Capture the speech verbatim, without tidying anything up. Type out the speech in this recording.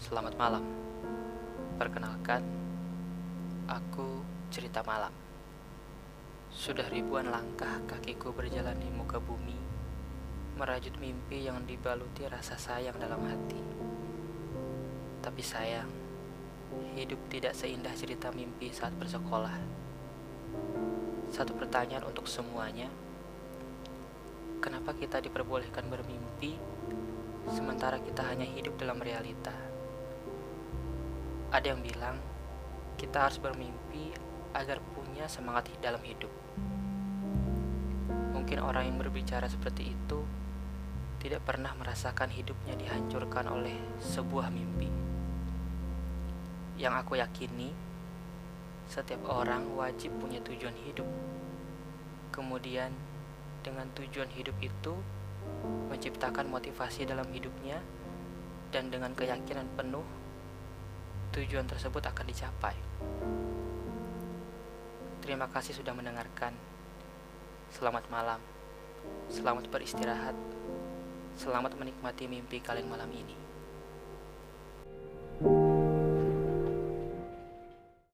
Selamat malam. Perkenalkan, aku Cerita Malam. Sudah ribuan langkah kakiku berjalan di muka bumi, merajut mimpi yang dibaluti rasa sayang dalam hati. Tapi sayang, hidup tidak seindah cerita mimpi saat bersekolah. Satu pertanyaan untuk semuanya, kenapa kita diperbolehkan bermimpi, sementara kita hanya hidup dalam realita? Ada yang bilang, kita harus bermimpi agar punya semangat dalam hidup. Mungkin orang yang berbicara seperti itu tidak pernah merasakan hidupnya dihancurkan oleh sebuah mimpi. Yang aku yakini, setiap orang wajib punya tujuan hidup. Kemudian, dengan tujuan hidup itu, menciptakan motivasi dalam hidupnya, dan dengan keyakinan penuh, tujuan tersebut akan dicapai. Terima kasih sudah mendengarkan. Selamat malam. Selamat beristirahat. Selamat menikmati mimpi kalian malam ini.